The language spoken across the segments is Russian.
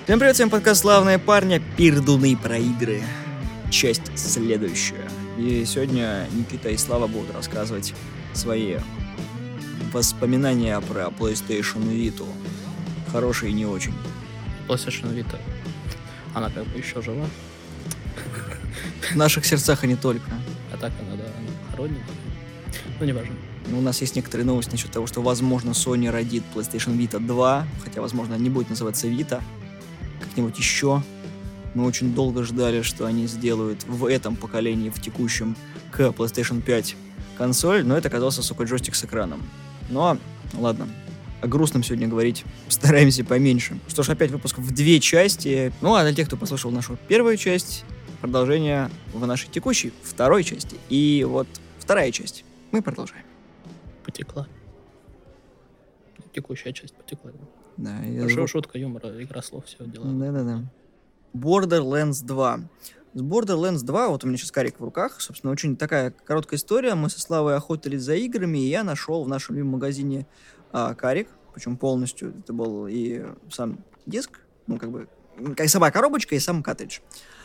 Всем привет, всем подкаст «Славные парни», пердуны про игры. Часть следующая. И сегодня Никита и Слава будут рассказывать свои воспоминания про PlayStation Vita. Хорошие и не очень. PlayStation Vita, она как бы еще жива. В наших сердцах и не только. А так она, да, она похоронена. Ну, не важно. У нас есть некоторые новости насчет того, что, возможно, Sony родит PlayStation Vita 2, хотя, возможно, не будет называться Vita. Как-нибудь еще. Мы очень долго ждали, что они сделают в этом поколении, в текущем, к PlayStation 5 консоль, но это оказался, сука, джойстик с экраном. Но, ладно, о грустном сегодня говорить стараемся поменьше. Что ж, опять выпуск в две части. Ну, а для тех, кто послушал нашу первую часть, продолжение в нашей текущей второй части. И вот вторая часть. Мы продолжаем. Потекла. Текущая часть потекла. Да, Хорошо, шутка, юмор, игра слов, все дела. Да. Borderlands 2. С Borderlands 2, вот у меня сейчас карик в руках, собственно, очень такая короткая история. Мы со Славой охотились за играми, и я нашел в нашем любимом магазине карик, причем полностью. Это был и сам диск, ну, как бы, как сама коробочка и сам картридж.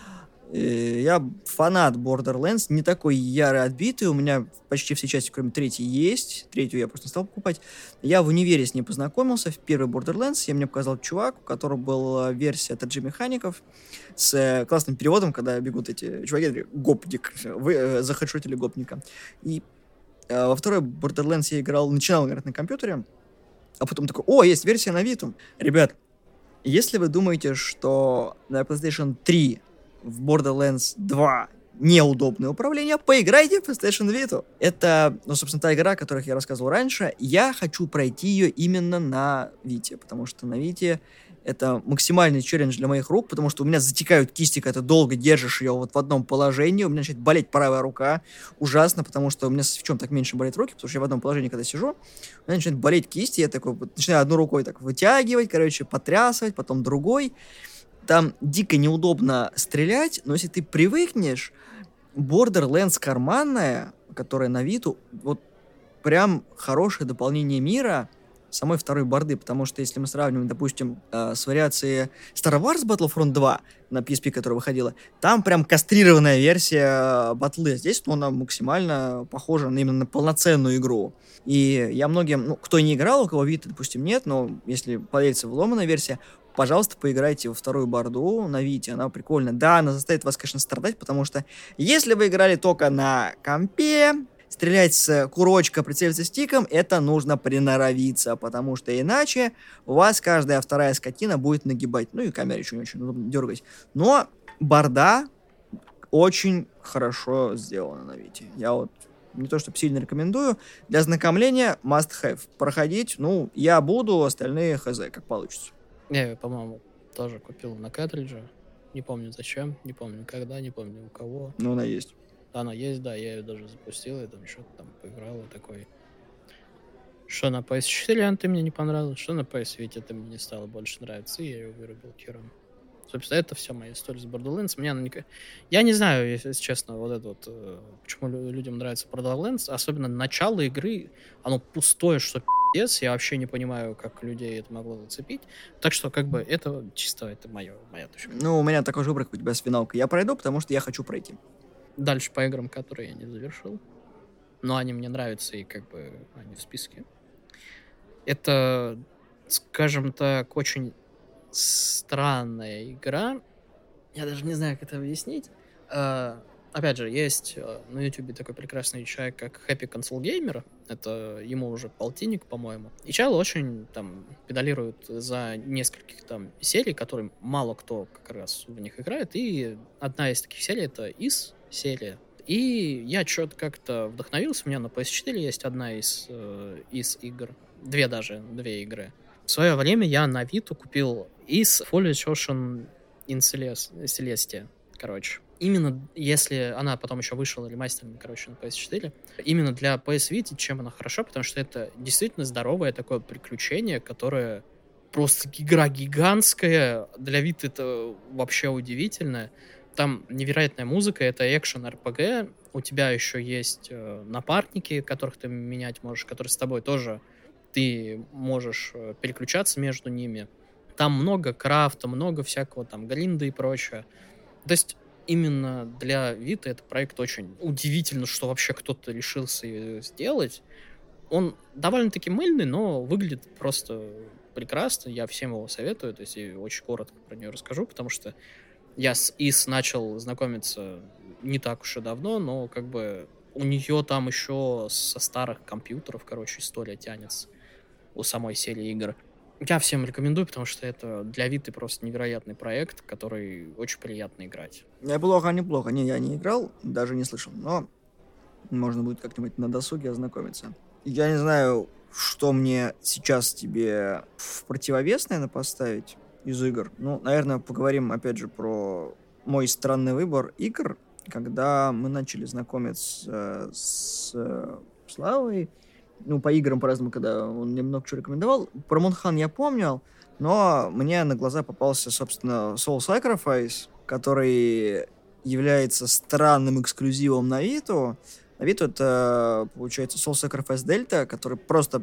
Я фанат Borderlands, не такой ярый отбитый, у меня почти все части, кроме третьей, есть. Третью я просто не стал покупать. Я в универе с ней познакомился, в первый Borderlands, мне показал чувак, у которого была версия от RG механиков с классным переводом, когда бегут эти чуваки, гопник, вы захедшотили гопника. И во второй Borderlands я начинал играть на компьютере, а потом такой, есть версия на Vita. Ребят, если вы думаете, что на PlayStation 3 в Borderlands 2 неудобное управление, поиграйте в PlayStation Vita. Это, собственно, та игра, о которой я рассказывал раньше. Я хочу пройти ее именно на Vita, потому что на Vita это максимальный челлендж для моих рук, потому что у меня затекают кисти, когда ты долго держишь ее вот в одном положении, у меня начинает болеть правая рука. Ужасно, потому что у меня в чем так меньше болят руки, потому что я в одном положении, когда сижу, у меня начинает болеть кисти, я такой начинаю одной рукой так вытягивать, потрясывать, потом другой. Там дико неудобно стрелять, но если ты привыкнешь, Borderlands карманная, которая на Vita, вот прям хорошее дополнение мира самой второй борды, потому что если мы сравниваем, допустим, с вариацией Star Wars Battlefront 2 на PSP, которая выходила, там прям кастрированная версия батлы. Здесь она максимально похожа именно на полноценную игру. И я многим, кто не играл, у кого Vita, допустим, нет, но если появится вломанная версия, пожалуйста, поиграйте во вторую борду на Vita, она прикольная. Да, она заставит вас, конечно, страдать, потому что если вы играли только на компе, стрелять с курочка, прицелиться стиком, это нужно приноровиться, потому что иначе у вас каждая вторая скотина будет нагибать. Ну и камера еще не очень удобно дергать. Но борда очень хорошо сделана на Vita. Я вот не то чтобы сильно рекомендую. Для ознакомления must have. Проходить, я буду, остальные хз, как получится. Я, по-моему, тоже купил на картридже. Не помню зачем, не помню когда, не помню у кого. Ну, она есть. Она есть, да, я ее даже запустил, и там что-то там поиграл, и такой... Что на PS4 ты мне не понравилось, что на PS Vita ты мне не стало больше нравиться, и я ее вырубил хером. Собственно, это вся моя история с Borderlands. Я не знаю, если честно, вот это вот, почему людям нравится Borderlands, особенно начало игры, оно пустое, что пи***ц, я вообще не понимаю, как людей это могло зацепить. Так что, это чисто, это моя точка. У меня такой же выбор, как у тебя с финалкой. Я пройду, потому что я хочу пройти. Дальше по играм, которые я не завершил. Но они мне нравятся, и они в списке. Это, скажем так, очень странная игра. Я даже не знаю, как это объяснить. Опять же, есть на YouTube такой прекрасный человек, как Happy Console Gamer. Это ему уже полтинник, по-моему. И чел очень педалирует за нескольких серий, которые мало кто как раз в них играет. И одна из таких серий — это серия. И я что-то как-то вдохновился. У меня на PS4 есть одна из игр. Две игры. В свое время я на Vita купил Foliage Ocean in Celestia. Именно если она потом еще вышла ремастером, на PS4, именно для PS Vita, чем она хороша, потому что это действительно здоровое такое приключение, которое просто игра гигантская. Для Vita это вообще удивительно. Там невероятная музыка, это экшен-РПГ. У тебя еще есть напарники, которых ты менять можешь, которые с тобой тоже ты можешь переключаться между ними. там много крафта, много всякого там гринда и прочее. То есть именно для Vita это проект очень удивительно, что вообще кто-то решился её сделать. Он довольно-таки мыльный, но выглядит просто прекрасно. Я всем его советую. То есть я очень коротко про нее расскажу, потому что я с ИС начал знакомиться не так уж и давно, но как бы у нее там еще со старых компьютеров, короче, история тянется у самой серии игр. Я всем рекомендую, потому что это для Vita просто невероятный проект, который очень приятно играть. Неплохо. Не, я не играл, даже не слышал, но можно будет как-нибудь на досуге ознакомиться. Я не знаю, что мне сейчас тебе в противовес, наверное, поставить из игр. Ну, наверное, поговорим, опять же, про мой странный выбор игр, когда мы начали знакомиться с Славой. Ну, по играм по-разному, когда он мне много чего рекомендовал. Про Монхан я помнил, но мне на глаза попался, собственно, Soul Sacrifice, который является странным эксклюзивом на Vita. На Vita это, получается, Soul Sacrifice Delta, который просто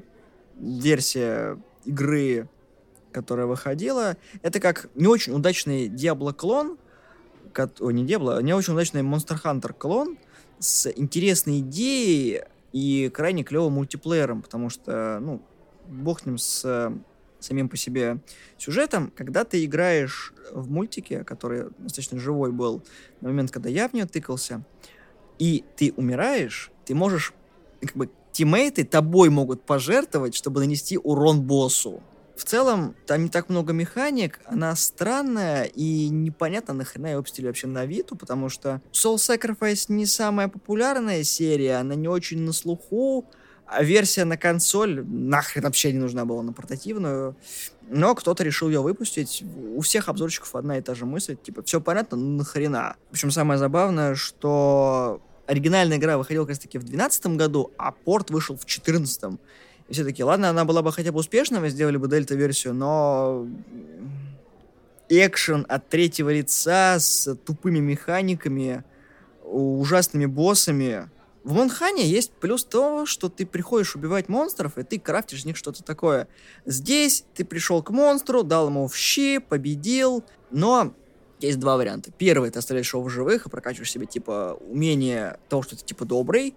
версия игры, которая выходила. Это как не очень удачный Diablo-клон, не Diablo, не очень удачный Monster Hunter клон с интересной идеей и крайне клевым мультиплеером, потому что, ну, бог с ним, с самим по себе сюжетом. Когда ты играешь в мультике, который достаточно живой был на момент, когда я в нее тыкался, и ты умираешь, ты можешь, как бы, тиммейты тобой могут пожертвовать, чтобы нанести урон боссу. В целом, там не так много механик, она странная, и непонятно, нахрена ее выпустили вообще на Vita, потому что Soul Sacrifice не самая популярная серия, она не очень на слуху, а версия на консоль нахрен вообще не нужна была на портативную, но кто-то решил ее выпустить. У всех обзорщиков одна и та же мысль, типа, все понятно, ну нахрена. Причем самое забавное, что оригинальная игра выходила как раз таки в 2012 году, а порт вышел в 2014. И все такие, ладно, она была бы хотя бы успешной, мы сделали бы дельта-версию, но экшен от третьего лица с тупыми механиками, ужасными боссами. В Монхане есть плюс то, что ты приходишь убивать монстров, и ты крафтишь из них что-то такое. Здесь ты пришел к монстру, дал ему в щи, победил, но есть два варианта. Первый, ты оставляешь его в живых и прокачиваешь себе, типа, умение того, что ты, типа, добрый,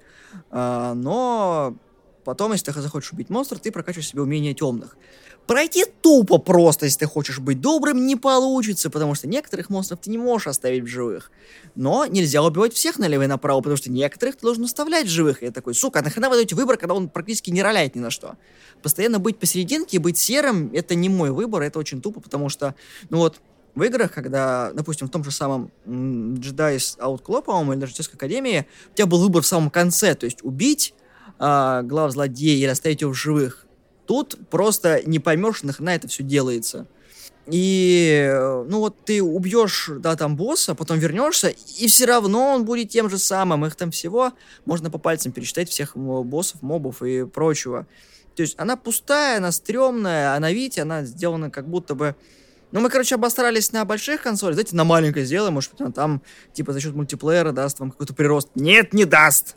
но потом, если ты захочешь убить монстра, ты прокачиваешь себе умение темных. Пройти тупо просто, если ты хочешь быть добрым, не получится, потому что некоторых монстров ты не можешь оставить в живых. Но нельзя убивать всех налево и направо, потому что некоторых ты должен оставлять в живых. И я такой, сука, нахрена вы даете выбор, когда он практически не роляет ни на что? Постоянно быть посерединке и быть серым, это не мой выбор, это очень тупо, потому что, ну вот, в играх, когда, допустим, в том же самом Jedi's Outlaw, по-моему, или даже Jedi's Академии, у тебя был выбор в самом конце, то есть убить глав злодея или оставить его в живых. Тут просто не поймешь, нахрена это все делается. И, ну вот ты убьешь, да, там босса, потом вернешься, и все равно он будет тем же самым. Их там всего можно по пальцам пересчитать, всех боссов, мобов и прочего. То есть она пустая, она стрёмная, а на Vita она сделана как будто бы... Ну, мы, короче, обосрались на больших консолях, давайте на маленькой сделаем, может быть, она там, типа, за счет мультиплеера даст вам какой-то прирост. Нет, не даст!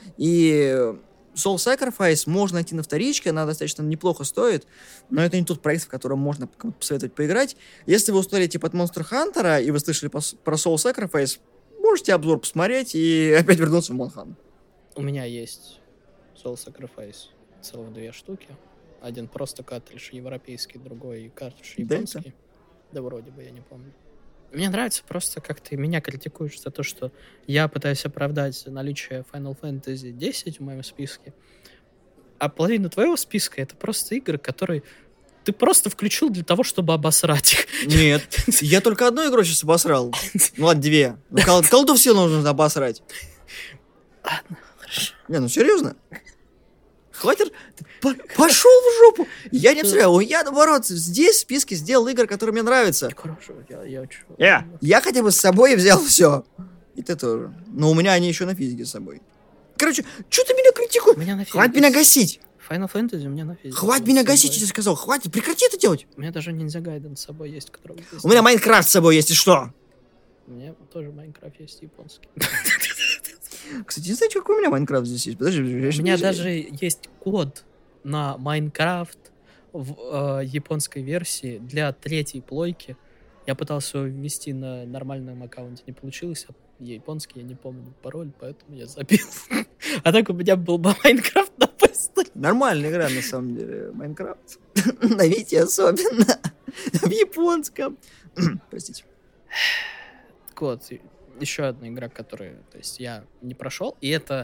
И Soul Sacrifice можно найти на вторичке, она достаточно неплохо стоит, но это не тот проект, в котором можно посоветовать поиграть. Если вы устали типа от Monster Hunter, и вы слышали про Soul Sacrifice, можете обзор посмотреть и опять вернуться в Монхан. У меня есть Soul Sacrifice, целых 2 штуки. Один просто картридж европейский, другой картридж японский. Да вроде бы, я не помню. Мне нравится просто, как ты меня критикуешь за то, что я пытаюсь оправдать наличие Final Fantasy X в моем списке. А половина твоего списка — это просто игры, которые ты просто включил для того, чтобы обосрать их. Нет, я только одну игру сейчас обосрал. Ну ладно, 2. Ну, Call of Duty нужно обосрать. Ладно, хорошо. Не, ну серьезно? Хватит, пошел в жопу. Я не обсуждаю. Я, наоборот, здесь в списке сделал игр, которые мне нравятся. Хорошо, Я хотя бы с собой взял все. И ты тоже. Но у меня они еще на физике с собой. Короче, что ты меня критикуешь? Хватит меня гасить. Final Fantasy у меня на физике. Хватит меня гасить, я тебе сказал. Хватит, прекрати это делать. У меня даже Ninja Gaiden с собой есть, который... У меня Майнкрафт с собой есть, и что? У меня тоже Майнкрафт есть японский. Кстати, не знаю, какой у меня Майнкрафт здесь есть. Подожди, у меня даже есть код на Майнкрафт, в японской версии для третьей плойки. Я пытался его ввести на нормальном аккаунте, не получилось. А японский я не помню пароль, поэтому я забил. А так у меня был бы Майнкрафт на PS3. Нормальная игра, на самом деле, Майнкрафт. На Вите особенно. В японском. Простите. Так вот, еще одна игра, которую, то есть, я не прошел, и это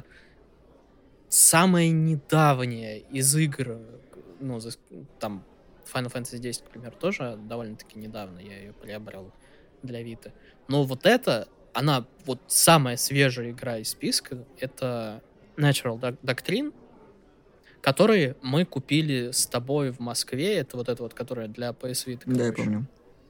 самая недавняя из игр, ну, там, Final Fantasy X, к примеру, тоже довольно-таки недавно я ее приобрел для Виты. Но вот это, она вот самая свежая игра из списка, это Natural Doctrine, которые мы купили с тобой в Москве. Это вот, которая для PS Vita. Да, я помню.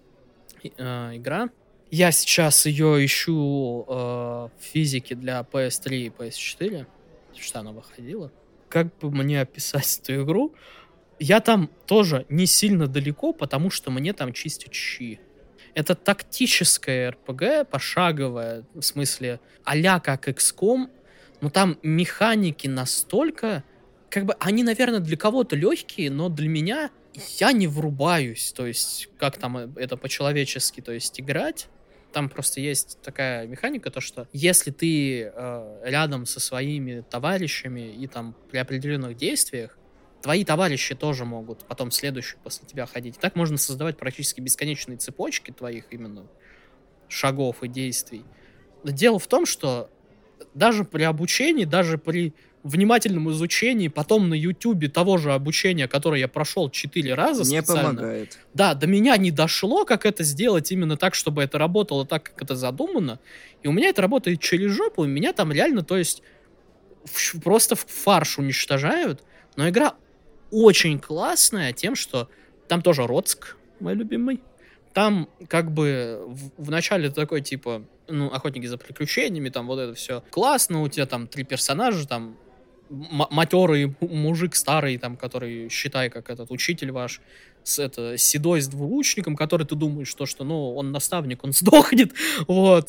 Игра. Я сейчас ее ищу в физике для PS3 и PS4, что она выходила. Как бы мне описать эту игру? Я там тоже не сильно далеко, потому что мне там чистят щи. Это тактическая РПГ, пошаговая, в смысле а-ля как XCOM, но там механики настолько... Как бы они, наверное, для кого-то легкие, но для меня я не врубаюсь. То есть, как там это по-человечески, то есть играть. Там просто есть такая механика, то что если ты рядом со своими товарищами и там при определенных действиях, твои товарищи тоже могут потом следующие после тебя ходить. И так можно создавать практически бесконечные цепочки твоих именно шагов и действий. Но дело в том, что даже при обучении, даже при внимательном изучении, потом на Ютубе того же обучения, которое я прошел 4 раза Не специально. помогает. Да, до меня не дошло, как это сделать именно так, чтобы это работало так, как это задумано. И у меня это работает через жопу, и меня там реально, то есть, просто в фарш уничтожают. Но игра очень классная тем, что там тоже Роцк, мой любимый. Там как бы в начале такой, типа, ну, охотники за приключениями, там вот это все классно, у тебя там 3 персонажа, там матерый мужик старый, там, который, считай, как этот учитель ваш, седой с двуручником, который ты думаешь, что, ну, он наставник, он сдохнет, вот.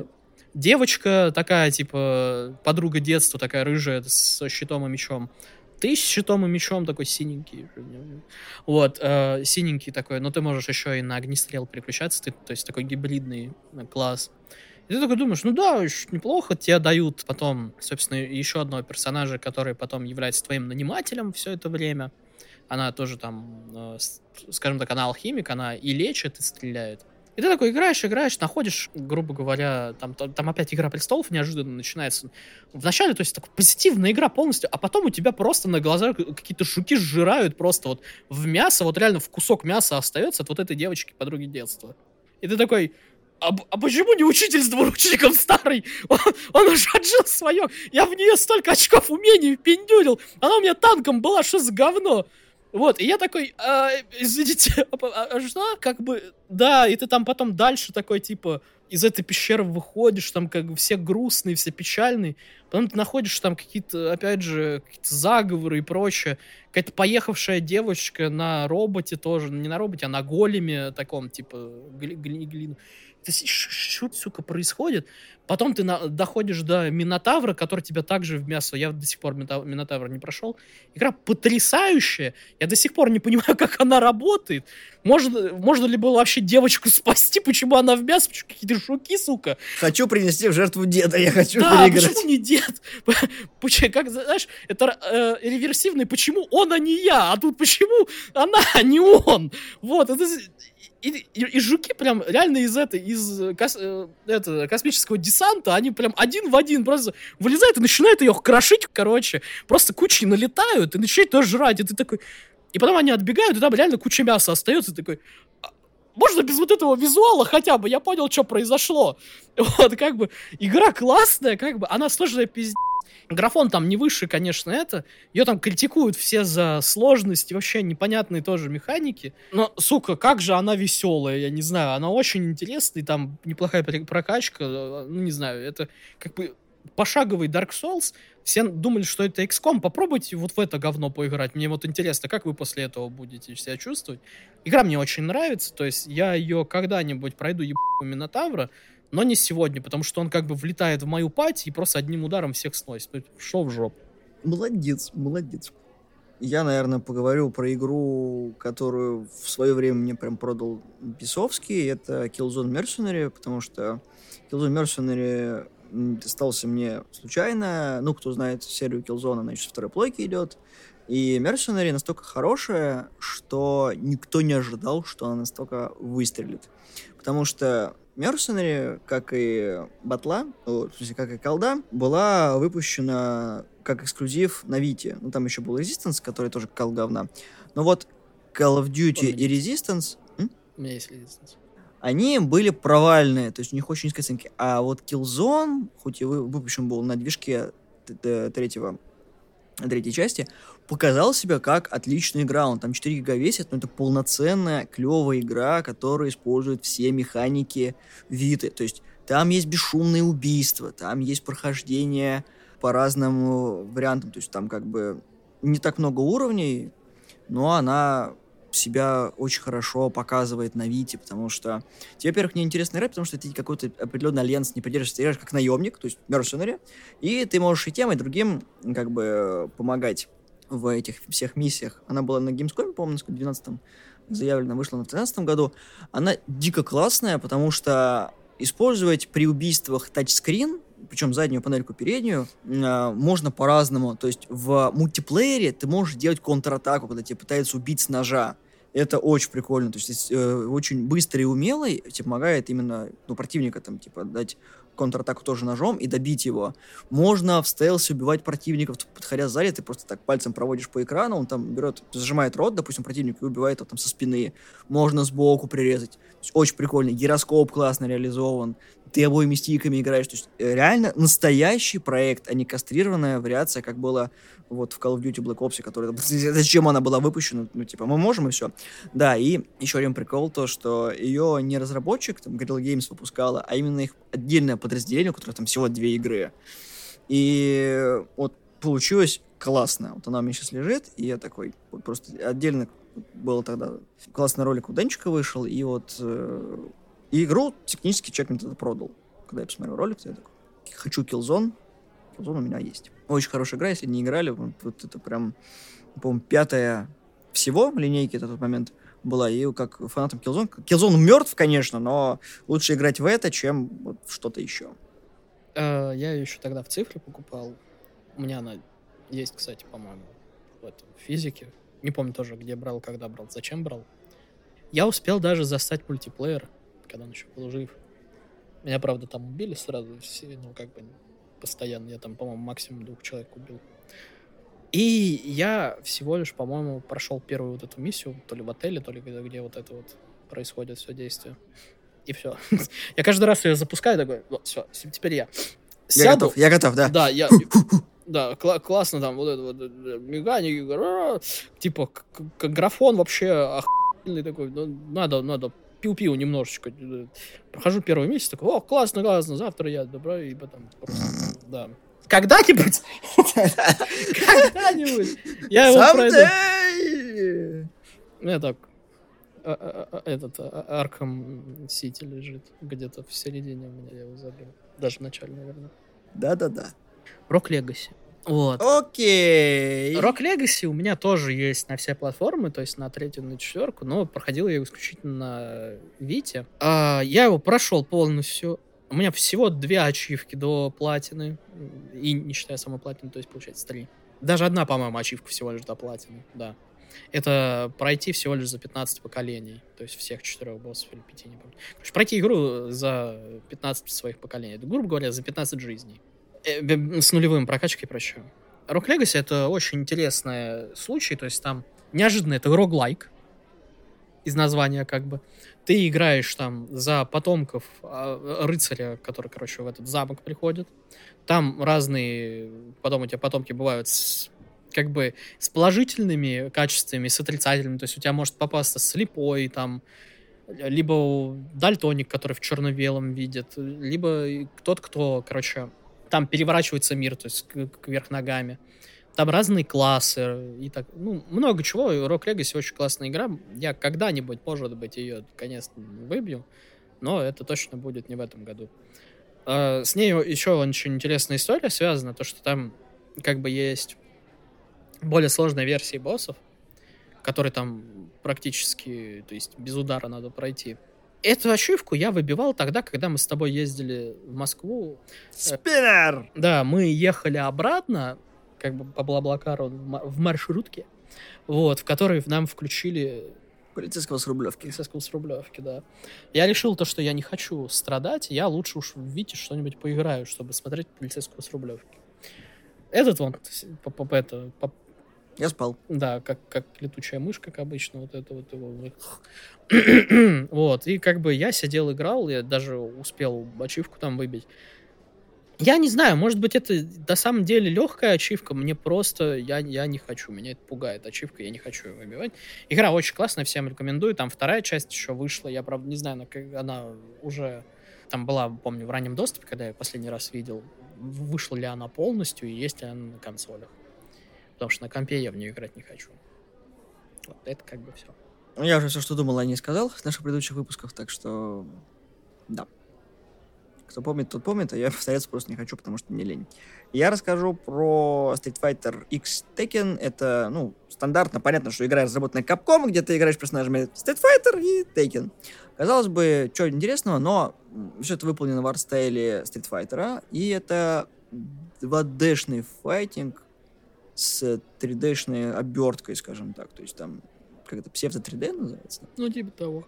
Девочка такая, типа, подруга детства, такая рыжая, с щитом и мечом. Ты с щитом и мечом такой синенький. Вот, синенький такой, но ты можешь еще и на огнестрел переключаться, то есть такой гибридный класс. И ты такой думаешь, ну да, неплохо, тебе дают потом, собственно, еще одного персонажа, который потом является твоим нанимателем все это время. Она тоже там, скажем так, она алхимик, она и лечит, и стреляет. И ты такой играешь, находишь, грубо говоря, там опять Игра престолов неожиданно начинается. Вначале, то есть, такая позитивная игра полностью, а потом у тебя просто на глазах какие-то жуки сжирают просто вот в мясо, вот реально в кусок мяса остается от вот этой девочки, подруги детства. И ты такой... А почему не учитель с двуручником старый? Он уже отжил свое. Я в нее столько очков умений впендюрил. Она у меня танком была, что за говно? Вот, и я такой, извините, что? Как бы, да, и ты там потом дальше такой, типа, из этой пещеры выходишь, там как бы все грустные, все печальные. Потом ты находишь там какие-то, опять же, какие-то заговоры и прочее. Какая-то поехавшая девочка на роботе тоже, не на роботе, а на големе таком, типа, глину. Что, сука, происходит? Потом ты доходишь до Минотавра, который тебя также в мясо... Я до сих пор Минотавра не прошел. Игра потрясающая. Я до сих пор не понимаю, как она работает. Можно ли было вообще девочку спасти? Почему она в мясо? Почему какие-то жуки, сука? Хочу принести в жертву деда, я хочу да, переиграть. Почему не дед? Как, знаешь, это реверсивный. Почему он, а не я? А тут почему она, а не он? Вот, это... И жуки прям реально из космического десанта, они прям один в один просто вылезают и начинают ее крошить, короче. Просто кучей налетают и начинают ее жрать. И ты такой... И потом они отбегают, и там реально куча мяса остается. И такой... Можно без вот этого визуала хотя бы? Я понял, что произошло. Вот, как бы, игра классная, как бы, она сложная пиздец. Графон там не выше, конечно, это. Ее там критикуют все за сложность и вообще непонятные тоже механики. Но, сука, как же она веселая, я не знаю. Она очень интересная, и там неплохая прокачка. Ну, не знаю, это как бы пошаговый Dark Souls. Все думали, что это XCOM. Попробуйте вот в это говно поиграть. Мне вот интересно, как вы после этого будете себя чувствовать. Игра мне очень нравится. То есть я ее когда-нибудь пройду ебаного Минотавра, но не сегодня, потому что он как бы влетает в мою пати и просто одним ударом всех сносит. Шел в жопу. Молодец, молодец. я, наверное, поговорю про игру, которую в свое время мне прям продал Бесовский. Это Killzone Mercenary, потому что Killzone Mercenary достался мне случайно. Ну, кто знает серию Killzone, она еще со второй плойки идет. И Mercenary настолько хорошая, что никто не ожидал, что она настолько выстрелит. Потому что Mercenary, как и Батла, в смысле, как и Колда, была выпущена как эксклюзив на Вите. Ну, там еще был Resistance, который тоже кал говна. Но вот Call of Duty и Resistance... У меня есть Resistance. Они были провальные, то есть у них очень низкие оценки. А вот Killzone, хоть и выпущен был на движке третьей части, показал себя как отличная игра. Он там 4 гига весит, но это полноценная, клевая игра, которая использует все механики Виты. То есть там есть бесшумные убийства, там есть прохождение по разным вариантам. То есть там как бы не так много уровней, но она себя очень хорошо показывает на Вите, потому что тебе, во-первых, неинтересно играть, потому что ты какой-то определенный альянс не поддерживаешь, ты играешь как наемник, то есть Mercenary, и ты можешь и тем, и другим как бы помогать в этих всех миссиях. Она была на Gamescom, по-моему, в 2012-м заявлена, вышла в 2013 году. Она дико классная, потому что использовать при убийствах тачскрин, причем заднюю панельку, переднюю, можно по-разному. То есть в мультиплеере ты можешь делать контратаку, когда тебя пытаются убить с ножа. Это очень прикольно. То есть очень быстрый и умелый тебе помогает именно противника там, типа, дать контратаку тоже ножом и добить его. Можно в стелсе убивать противников, подходя сзади, ты просто так пальцем проводишь по экрану, он там берет, зажимает рот, допустим, противник, и убивает его там со спины. Можно сбоку прирезать. То есть очень прикольно. Гироскоп классно реализован. Ты обоими стиками играешь. То есть реально настоящий проект, а не кастрированная вариация, как было вот в Call of Duty Black Ops, которая... Зачем она была выпущена? Ну, типа, мы можем, и все. Да, и еще один прикол, то, что ее не разработчик, там, Guerrilla Games выпускала, а именно их отдельное подразделение, у которых там всего 2 игры. И вот получилось классно. Вот она у меня сейчас лежит, и я такой, вот просто отдельно был тогда классный ролик у Денчика вышел, и вот и игру технически человек мне тогда продал. Когда я посмотрел ролик, я такой, хочу Killzone. Killzone у меня есть. Очень хорошая игра, если не играли, вот это прям, по-моему, 5-я всего в линейке на тот момент была, и как фанатом Killzone. Killzone мертв, конечно, но лучше играть в это, чем вот в что-то еще. Я еще тогда в цифре покупал. У меня она есть, кстати, по-моему, в физике. Не помню тоже, где брал, когда брал, зачем брал. Я успел даже застать мультиплеер, когда он еще был жив. Меня, правда, там убили сразу все, ну, как бы постоянно. Я там, по-моему, максимум 2 человек убил. И я всего лишь, по-моему, прошел первую вот эту миссию, то ли в отеле, то ли где вот это вот происходит все действие. И все. Я каждый раз ее запускаю, такой, вот, все, теперь я сяду. Я готов, да. Да, да, классно там вот это вот механики, типа графон вообще охуенный такой, ну, надо пиу-пиу немножечко. Прохожу первый месяц, такой, о, классно, завтра я добро, и потом просто, да. Когда-нибудь, я его пройду. Так, этот Arkham City лежит где-то в середине у меня, я его забыл. Даже в начале, наверное. Да-да-да. Rock Legacy. Вот. Окей. Rock Legacy у меня тоже есть на все платформы, то есть на 3-ю, на 4-ку, но проходил я его исключительно на Вите. Я его прошел полностью. У меня всего 2 ачивки до платины, и не считая самой платины, то есть получается 3. Даже одна, по-моему, ачивка всего лишь до платины, да. Это пройти всего лишь за 15 поколений, то есть всех 4 боссов или 5, не помню. Короче, пройти игру за 15 своих поколений, это, грубо говоря, за 15 жизней. С нулевым прокачкой и прочее. Rock Legacy — это очень интересный случай, то есть там неожиданно это роглайк, из названия как бы. Ты играешь там за потомков рыцаря, который, короче, в этот замок приходит. Там разные потом у тебя потомки бывают как бы с положительными качествами, с отрицательными. То есть у тебя может попасться слепой, там, либо дальтоник, который в черно-белом видит, либо тот, кто, короче, там переворачивается мир, то есть кверх ногами. Там разные классы и так, ну, много чего. Rock Legacy очень классная игра. Я когда-нибудь, может быть, ее, конечно, выбью, но это точно будет не в этом году. С ней еще очень интересная история связана, то, что там как бы есть более сложной версии боссов, которые там практически, то есть без удара надо пройти. Эту ачивку я выбивал тогда, когда мы с тобой ездили в Москву. Спиннер! Да, мы ехали обратно, как бы по Блаблакару в маршрутке, вот, в которой нам включили Полицейского с Рублевки. полицейского с Рублевки, да. Я решил то, что я не хочу страдать, я лучше уж в Вите что-нибудь поиграю, чтобы смотреть полицейского с Рублевки. Этот вон, Я спал. да, как летучая мышь, как обычно, вот это вот его. Вот, и как бы я сидел, играл, я даже успел ачивку там выбить. Я не знаю, может быть, это на самом деле легкая ачивка, мне просто, я не хочу, меня это пугает, ачивка, я не хочу ее выбивать. Игра очень классная, всем рекомендую, там вторая часть еще вышла, я, правда, не знаю, она уже там была, помню, в раннем доступе, когда я последний раз видел, вышла ли она полностью и есть ли она на консолях. Потому что на компе я в нее играть не хочу. Вот это как бы все. Я уже все, что думал, о ней сказал в наших предыдущих выпусках, так что да. Кто помнит, тот помнит, а я повторяться просто не хочу, потому что мне лень. Я расскажу про Street Fighter X Tekken. Это, стандартно, понятно, что игра разработана Capcom, где ты играешь персонажами Street Fighter и Tekken. Казалось бы, чего интересного, но все это выполнено в арт-стайле Street Fighter, и это 2D-шный файтинг с 3D-шной оберткой, скажем так. То есть там, как это, псевдо-3D называется? Ну, типа того.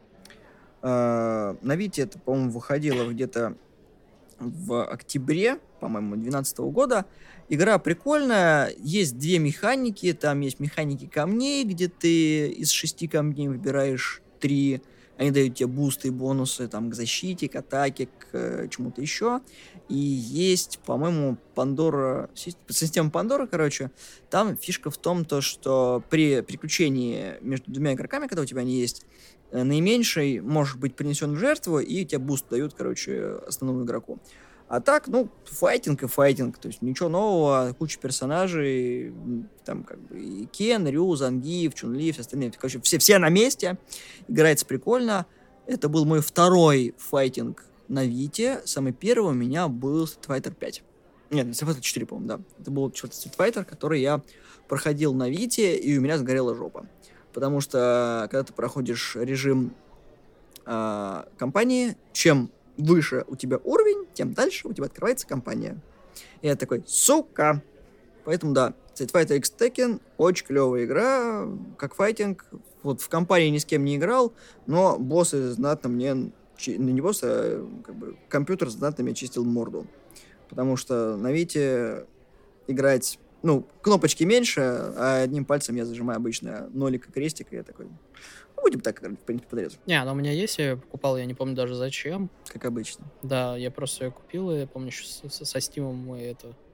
На Вите это, по-моему, выходило где-то в октябре, по-моему, 2012 года. Игра прикольная, есть две механики, там есть механики камней, где ты из 6 камней выбираешь 3, они дают тебе бусты и бонусы там, к защите, к атаке, к чему-то еще. И есть, по-моему, система Пандора, короче. Там фишка в том, что при переключении между двумя игроками, когда у тебя они есть, наименьший может быть принесен в жертву, и тебе буст дают, короче, основному игроку. А так, файтинг и файтинг, то есть ничего нового, куча персонажей, там как бы и Кен, Рю, Зангиев, Чун-Ли, все остальные, короче, все на месте, играется прикольно. Это был мой второй файтинг на Вите, самый первый у меня был Street Fighter 5. Нет, Street Fighter 4, по-моему, да. Это был четвертый Street Fighter, который я проходил на Вите, и у меня сгорела жопа. Потому что, когда ты проходишь режим компании, чем выше у тебя уровень, тем дальше у тебя открывается компания. И я такой, сука! Поэтому, да, Street Fighter X Tekken очень клевая игра, как файтинг. Вот в компании ни с кем не играл, но боссы знатно мне... не босс, а как бы компьютер знатно мне чистил морду. Потому что на Вите играть... кнопочки меньше, а одним пальцем я зажимаю обычно нолик и крестик, и я такой... будем так играть, в принципе, подряд. Не, она у меня есть, я ее покупал, я не помню даже зачем. Как обычно. Да, я просто ее купил, и я помню, что со Стимом мы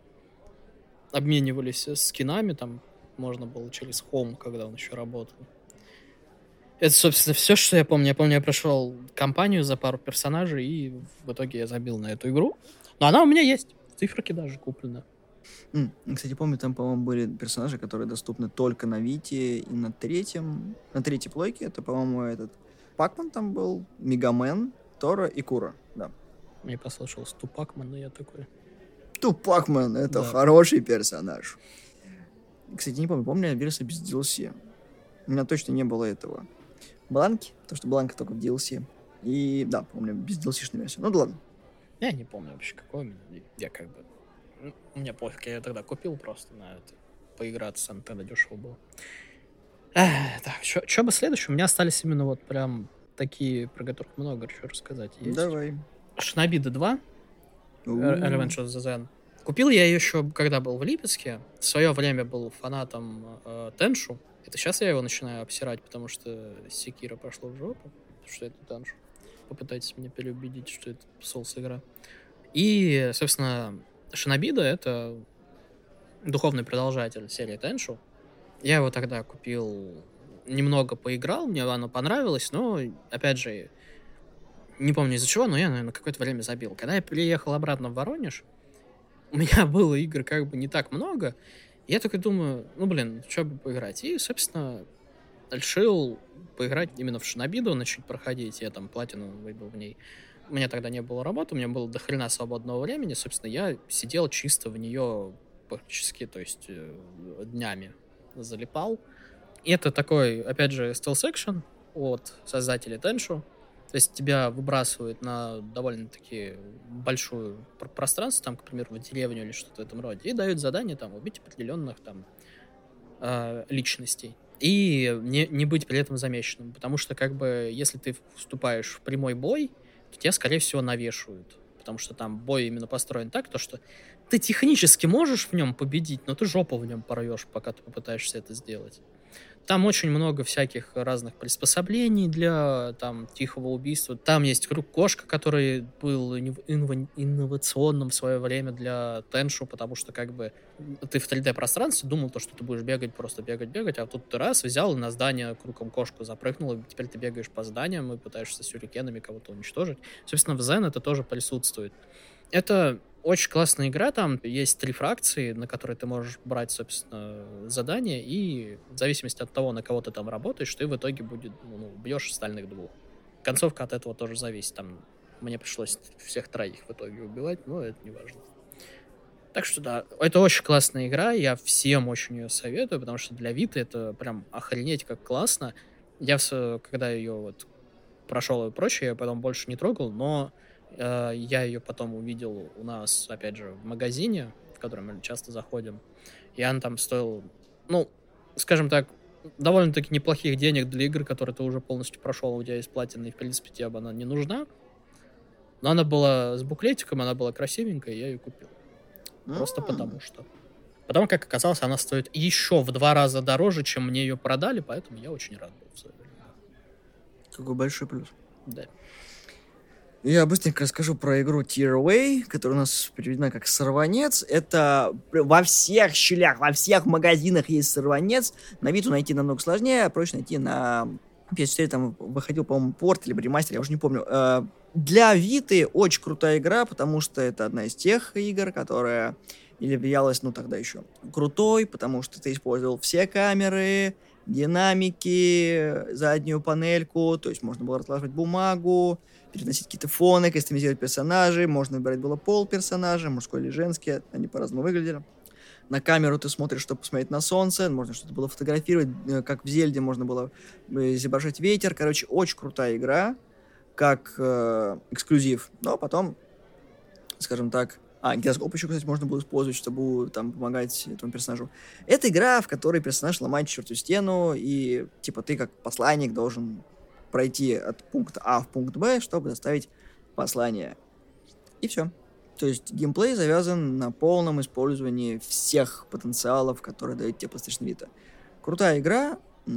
обменивались скинами, там можно было через Home, когда он еще работал. Это, собственно, все, что я помню. Я помню, я прошел кампанию за пару персонажей, и в итоге я забил на эту игру. Но она у меня есть, циферки даже куплены. Кстати, помню, там, по-моему, были персонажи, которые доступны только на Вите и на третьей плойке. Это, по-моему, этот Пакман там был, Мегамен, Тора и Кура, да. Мне послышался Тупакман, но я такой... Тупакман, это Да. хороший персонаж. Кстати, не помню версию без DLC. У меня точно не было этого. Бланки, потому что Бланка только в DLC. И, да, помню, без DLC-шной версии. Ну да ладно. Я не помню вообще, какой у меня. Я как бы... Мне пофиг, я тогда купил просто на это. Поиграться, там тогда дешево было. Так, что бы следующее? У меня остались именно вот прям такие, про которых много еще рассказать есть. Давай. Шинобида 2. Revenge of the Zen. Купил я ее еще, когда был в Липецке. В свое время был фанатом Теншу. Это сейчас я его начинаю обсирать, потому что Секиро пошло в жопу. Что это Теншу. Попытайтесь меня переубедить, что это Souls игра. И, собственно, Шинобида — это духовный продолжатель серии Теншу. Я его тогда купил, немного поиграл, мне оно понравилось, но, опять же, не помню из-за чего, но я, наверное, какое-то время забил. Когда я приехал обратно в Воронеж, у меня было игр как бы не так много, и я такой думаю, что бы поиграть. И, собственно, решил поиграть именно в Шинобиду, начать проходить. Я там платину выбил в ней. У меня тогда не было работы, у меня было дохрена свободного времени. Собственно, я сидел чисто в нее практически, то есть днями. залипал. И это такой, опять же, стелс-экшен от создателей Tenchu. То есть тебя выбрасывают на довольно-таки большое пространство, там, к примеру, в деревню или что-то в этом роде, и дают задание там убить определенных там личностей. И не быть при этом замеченным. Потому что, как бы, если ты вступаешь в прямой бой, то тебя, скорее всего, навешивают. Потому что там бой именно построен так, то что ты технически можешь в нем победить, но ты жопу в нем порвешь, пока ты попытаешься это сделать. Там очень много всяких разных приспособлений для там тихого убийства. Там есть круг-кошка, который был инновационным в свое время для Теншу, потому что как бы ты в 3D-пространстве думал, то, что ты будешь бегать, просто бегать, а тут ты раз взял и на здание кругом кошку запрыгнул, и теперь ты бегаешь по зданиям и пытаешься сюрикенами кого-то уничтожить. Собственно, в Zen это тоже присутствует. Это очень классная игра, там есть 3 фракции, на которые ты можешь брать, собственно, задания, и в зависимости от того, на кого ты там работаешь, ты в итоге убьешь остальных 2. Концовка от этого тоже зависит, там мне пришлось всех 3 в итоге убивать, но это не важно. Так что да, это очень классная игра, я всем очень ее советую, потому что для Vita это прям охренеть как классно. Я, когда ее вот прошел и прочее, я потом больше не трогал, но я ее потом увидел у нас, опять же, в магазине, в который мы часто заходим, и она там стоила, скажем так, довольно-таки неплохих денег для игры, которые ты уже полностью прошел, у тебя есть платина, и, в принципе, тебе бы она не нужна. Но она была с буклетиком, она была красивенькая, и я ее купил. Просто потому что. Потом, как оказалось, она стоит еще в 2 раза дороже, чем мне ее продали, поэтому я очень рад был в свое время. Какой большой плюс. Да. Я быстренько расскажу про игру Tearaway, которая у нас переведена как «Сорванец». Это во всех щелях, во всех магазинах есть «Сорванец». На Виту найти намного сложнее, проще найти на PS4, там выходил, по-моему, порт или ремастер, я уже не помню. Для Виты очень крутая игра, потому что это одна из тех игр, которая являлась, тогда еще крутой, потому что ты использовал все камеры, динамики, заднюю панельку, то есть можно было разлаживать бумагу, переносить какие-то фоны, кастомизировать персонажей, можно выбирать было пол персонажа, мужской или женский, они по-разному выглядели. На камеру ты смотришь, чтобы посмотреть на солнце, можно что-то было фотографировать, как в Зельде можно было изображать ветер. Короче, очень крутая игра, как эксклюзив. Но потом, скажем так, гироскоп еще, кстати, можно было использовать, чтобы там помогать этому персонажу. Это игра, в которой персонаж ломает четвертую стену, и типа ты как посланник должен пройти от пункта А в пункт Б, чтобы доставить послание. И все. То есть геймплей завязан на полном использовании всех потенциалов, которые дает тебе PlayStation Vita. Крутая игра,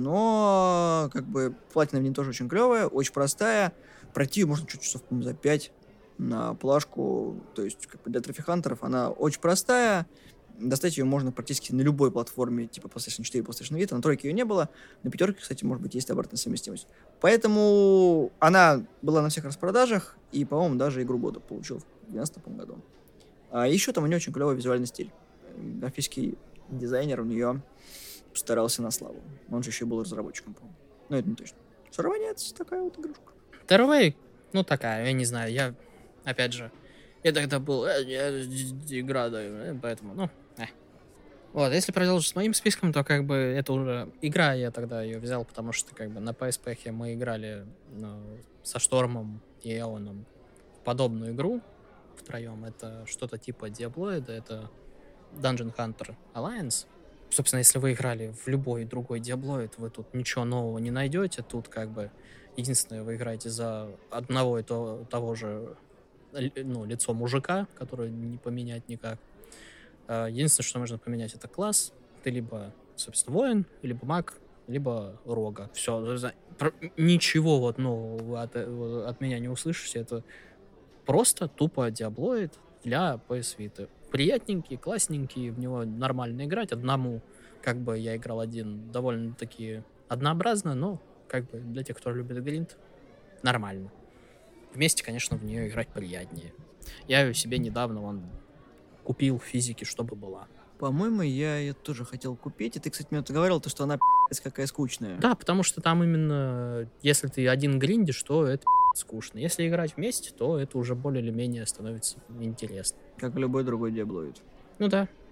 но как бы платина в ней тоже очень клевая, очень простая. Пройти ее можно чуть часов, по-моему, за 5 на плашку. То есть как бы для трофи-хантеров она очень простая. Достать ее можно практически на любой платформе, типа PlayStation 4, PlayStation Vita. На тройке ее не было. На пятерке, кстати, может быть, есть обратная совместимость. Поэтому она была на всех распродажах, и, по-моему, даже игру года получил в 2012 году. А еще там у нее очень клевый визуальный стиль. Графический дизайнер у нее старался на славу. Он же еще был разработчиком, по-моему. Но это не точно. Сорванец, такая вот игрушка. Tearaway, такая, я не знаю, опять же, я тогда был, игра даю, поэтому, Вот, если продолжить с моим списком, то как бы это уже игра, я тогда ее взял, потому что как бы на PSP мы играли со Штормом и Эоном в подобную игру втроем. Это что-то типа Diabloid, это Dungeon Hunter Alliance. Собственно, если вы играли в любой другой Diabloid, вы тут ничего нового не найдете. Тут как бы единственное, вы играете за одного и того же лицо мужика, которое не поменять никак. Единственное, что можно поменять, это класс. Ты либо, собственно, воин, либо маг, либо рога. Все. Ничего вот нового от меня не услышите. Это просто тупо Diabloid для PS Vita. Приятненький, классненький, в него нормально играть. Одному, как бы я играл один, довольно-таки однообразно, но как бы для тех, кто любит гринд, нормально. Вместе, конечно, в нее играть приятнее. Я ее себе недавно купил в физике, чтобы была. По-моему, я ее тоже хотел купить. И ты, кстати, мне говорил, что она какая скучная. Да, потому что там именно, если ты один гриндишь, то это скучно. Если играть вместе, то это уже более или менее становится интересно. Как любой другой Diabloid. Ну да.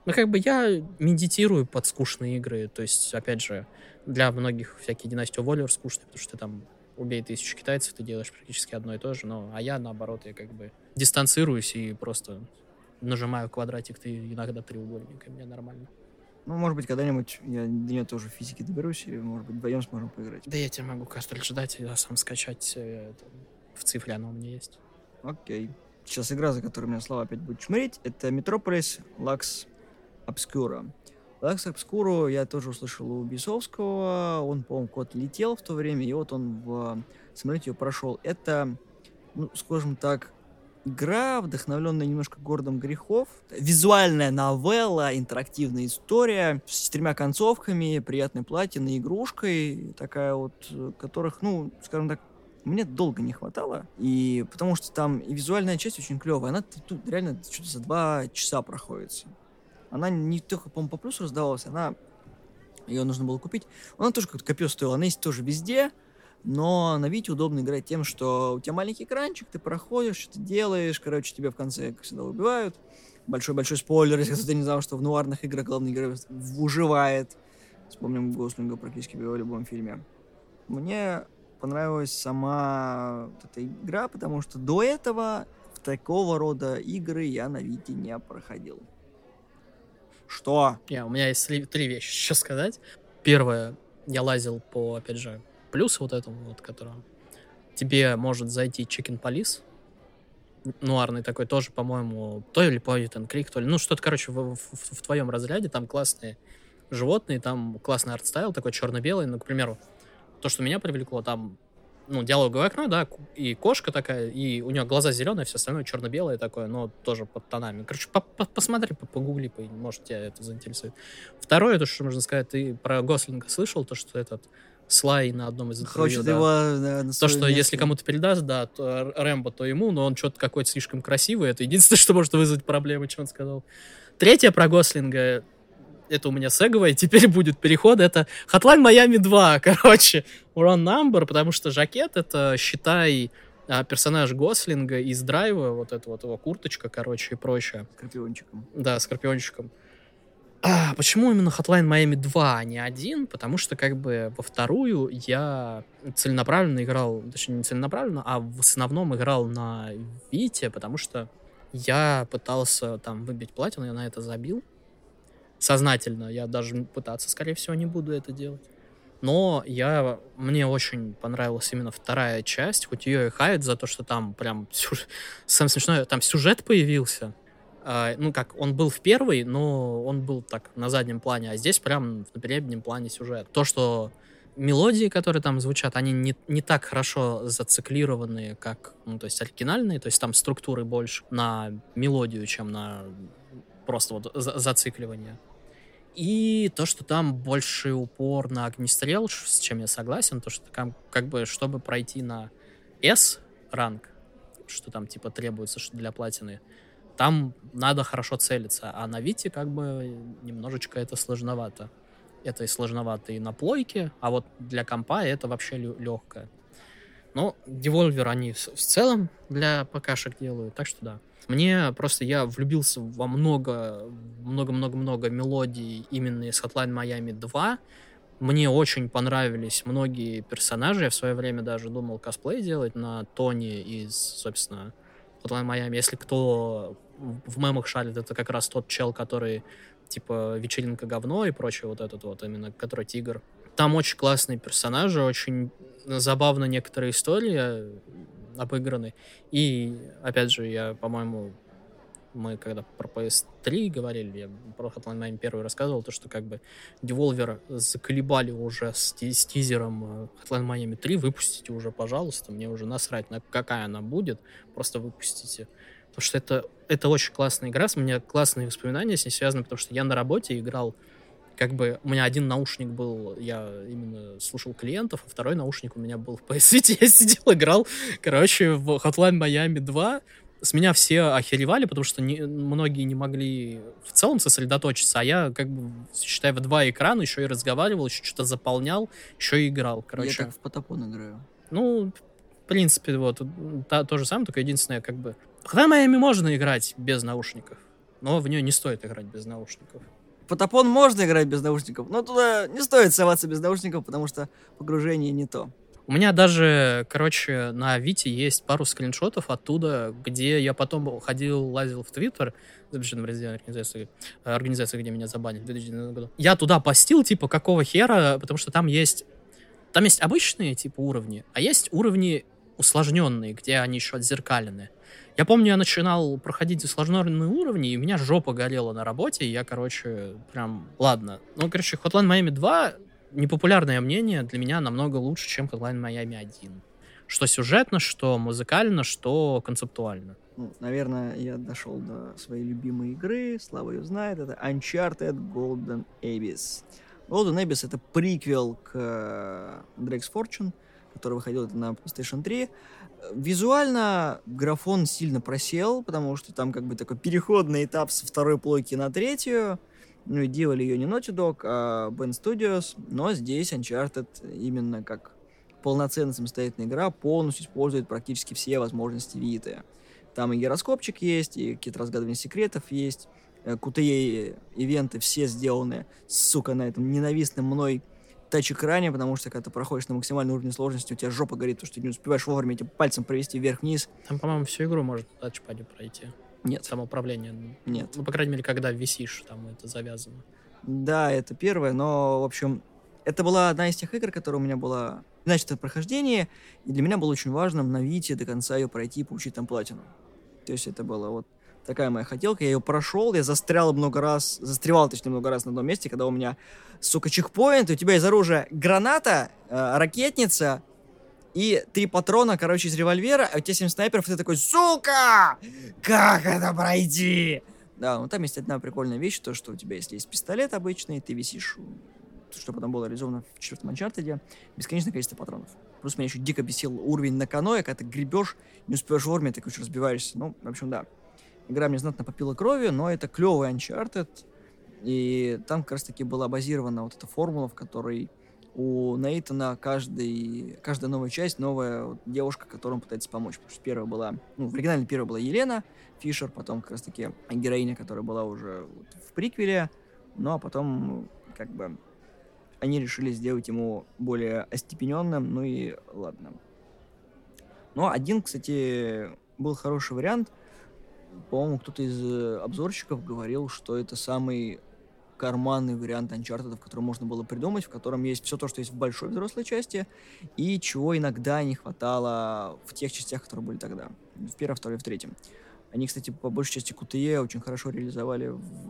Ну, как бы я медитирую под скучные игры. То есть, опять же, для многих всякие Dynasty Warrior скучные, потому что ты там убей 1000 китайцев, ты делаешь практически одно и то же. А я, наоборот, я как бы дистанцируюсь и просто нажимаю квадратик, ты иногда треугольник, и мне нормально. Ну, может быть, когда-нибудь я до нее тоже физики доберусь, и, может быть, вдвоем сможем поиграть. Да я тебе могу кастроль ждать, я сам скачать в цифре, оно у меня есть. Окей. Сейчас игра, за которую у меня слова опять будет чмырить, это Metropolis Lux Obscura. Lux Obscura я тоже услышал у Бесовского, он, по-моему, код летел в то время, и вот он в самолете ее прошел. Это, ну, скажем так, игра, вдохновленная немножко городом грехов. Визуальная новелла, интерактивная история с 4 концовками, приятной платиной, игрушкой, такая вот, которых, ну, скажем так, мне долго не хватало, и потому что там и визуальная часть очень клевая, она тут реально что-то за 2 часа проходится. Она не только, по-моему, по плюсу раздавалась, ее нужно было купить. Она тоже как-то копье стоила, она есть тоже везде, но на Вите удобно играть тем, что у тебя маленький экранчик, ты проходишь, что-то делаешь, короче, тебя в конце, как всегда, убивают. Большой-большой спойлер, если кто-то не знал, что в нуарных играх главный герой выживает. Вспомним Гослинга практически в любом фильме. Мне понравилась сама вот эта игра, потому что до этого в такого рода игры я на Вите не проходил. Что? У меня есть 3 вещи еще сказать. Первое, я лазил по, опять же, плюсу вот этому вот, которого тебе может зайти Chicken Police, нуарный такой, тоже, по-моему, то ли Point and Click, то ли, ну, что-то, короче, в твоем разряде, там классные животные, там классный арт-стайл, такой черно-белый, ну, к примеру, то, что меня привлекло, там, ну, диалоговое окно, да, и кошка такая, и у нее глаза зеленые, все остальное черно-белое такое, но тоже под тонами. Короче, посмотри, погугли, может, тебя это заинтересует. Второе, то, что можно сказать, ты про Гослинга слышал, то, что этот Слай на одном из интервью, Хочет да, его на то, что если кому-то передаст, да, то Рэмбо, то ему, но он что-то какой-то слишком красивый, это единственное, что может вызвать проблемы, что он сказал. Третье про Гослинга, это у меня сэговое, теперь будет переход, это Hotline Miami 2, короче, Wrong Number, потому что жакет, это, считай, персонаж Гослинга из Драйва, вот это вот его курточка, короче, и прочее. Скорпиончиком. Да, скорпиончиком. Почему именно Hotline Miami 2, а не 1? Потому что, как бы, во вторую я целенаправленно играл, точнее, не целенаправленно, а в основном играл на Вите, потому что я пытался там выбить платину, я на это забил. Сознательно. Я даже пытаться, скорее всего, не буду это делать. Но мне очень понравилась именно вторая часть, хоть ее и хаят за то, что там прям, самое смешное, там сюжет появился. Ну, как, он был в первой, но он был так на заднем плане, а здесь прям на переднем плане сюжет. То, что мелодии, которые там звучат, они не так хорошо зациклированы, как, ну, то есть оригинальные, то есть там структуры больше на мелодию, чем на просто вот зацикливание. И то, что там больше упор на огнестрел, с чем я согласен, то, что там, как бы, чтобы пройти на S-ранг, что там, типа, требуется для платины, там надо хорошо целиться, а на Вите, как бы, немножечко это сложновато. Это и сложновато и на плойке, а вот для компа это вообще легкое. Но Devolver они в целом для ПКшек делают, так что да. Я влюбился во много-много-много мелодий именно из Hotline Miami 2. Мне очень понравились многие персонажи. Я в свое время даже думал косплей делать на Тони из, собственно, Hotline Miami. Если кто в мемах шарит, это как раз тот чел, который типа вечеринка говно и прочее, вот этот вот именно, который тигр. Там очень классные персонажи, очень забавно некоторые истории обыграны. И, опять же, мы когда про PS3 говорили, я про Hotline Miami 1 рассказывал, то, что как бы Devolver заколебали уже с тизером Hotline Miami 3, выпустите уже, пожалуйста, мне уже насрать, какая она будет, просто выпустите. Потому что это очень классная игра, у меня классные воспоминания с ней связаны, потому что я на работе играл, как бы у меня один наушник был, я именно слушал клиентов, а второй наушник у меня был в PS Vita, я сидел, играл, короче, в Hotline Miami 2, с меня все охеревали, потому что многие не могли в целом сосредоточиться, а я, как бы, считай, в 2 экрана еще и разговаривал, еще что-то заполнял, еще и играл, короче. Я так в Потапон играю. Ну, в принципе, вот, то же самое, только единственное, как бы... В Hotline Miami можно играть без наушников. но в нее не стоит играть без наушников. Потапон можно играть без наушников, но туда не стоит соваться без наушников, потому что погружение не то. У меня даже, короче, на Вите есть пару скриншотов оттуда, где я потом ходил, лазил в Твиттер, запрещенной в России организации, где меня забанили в 2019 году. Я туда постил, типа, какого хера, потому что там есть обычные, типа, уровни, а есть уровни усложненные, где они еще отзеркалены. Я помню, я начинал проходить усложненные уровни, и у меня жопа горела на работе, и я, короче, прям... Ладно. Ну, короче, Hotline Miami 2, непопулярное мнение, для меня намного лучше, чем Hotline Miami 1. Что сюжетно, что музыкально, что концептуально. Ну, наверное, я дошел до своей любимой игры, Слава ее знает, это Uncharted Golden Abyss. Golden Abyss — это приквел к Drake's Fortune, который выходил на PlayStation 3. Визуально графон сильно просел, потому что там как бы такой переходный этап со второй плойки на третью. Ну и делали ее не Naughty Dog, а Band Studios. Но здесь Uncharted именно как полноценная самостоятельная игра полностью использует практически все возможности Vita. Там и гироскопчик есть, и какие-то разгадывания секретов есть. QTE-ивенты все сделаны, сука, на этом ненавистном мной тач-экране, потому что когда ты проходишь на максимальном уровне сложности, у тебя жопа горит, потому что ты не успеваешь вовремя этим пальцем провести вверх-вниз. Там, по-моему, всю игру можно на тачпаде пройти. Нет. Самоуправление. Нет. Ну, по крайней мере, когда висишь, там это завязано. Да, это первое, но, в общем, это была одна из тех игр, которая у меня была... Значит, это прохождение, и для меня было очень важно на Вите до конца ее пройти и получить там платину. То есть это было вот такая моя хотелка, я ее прошел, я застревал много раз на одном месте, когда у меня, сука, чекпоинт, у тебя из оружия граната, ракетница и 3 патрона, короче, из револьвера, а у тебя 7 снайперов, и ты такой, сука, как это пройти? Да, ну там есть одна прикольная вещь, то, что у тебя, если есть пистолет обычный, ты висишь, что потом было реализовано в 4-м Uncharted, бесконечное количество патронов. Плюс меня еще дико бесил уровень на каное, когда ты гребешь, не успеешь вовремя, ты, короче, разбиваешься. Ну, в общем, да. Игра мне знатно попила кровью, но это клевый Uncharted. И там как раз-таки была базирована вот эта формула, в которой у Нейтана каждая новая часть, новая вот девушка, которой он пытается помочь. Потому что первая была, в оригинале первая была Елена Фишер, потом как раз-таки героиня, которая была уже вот в приквеле. Ну, а потом, как бы, они решили сделать ему более остепененным, ну и ладно. Но один, кстати, был хороший вариант. По-моему, кто-то из обзорщиков говорил, что это самый карманный вариант Uncharted, который можно было придумать, в котором есть все то, что есть в большой взрослой части, и чего иногда не хватало в тех частях, которые были тогда. В первом, втором и в третьем. Они, кстати, по большей части QTE очень хорошо реализовали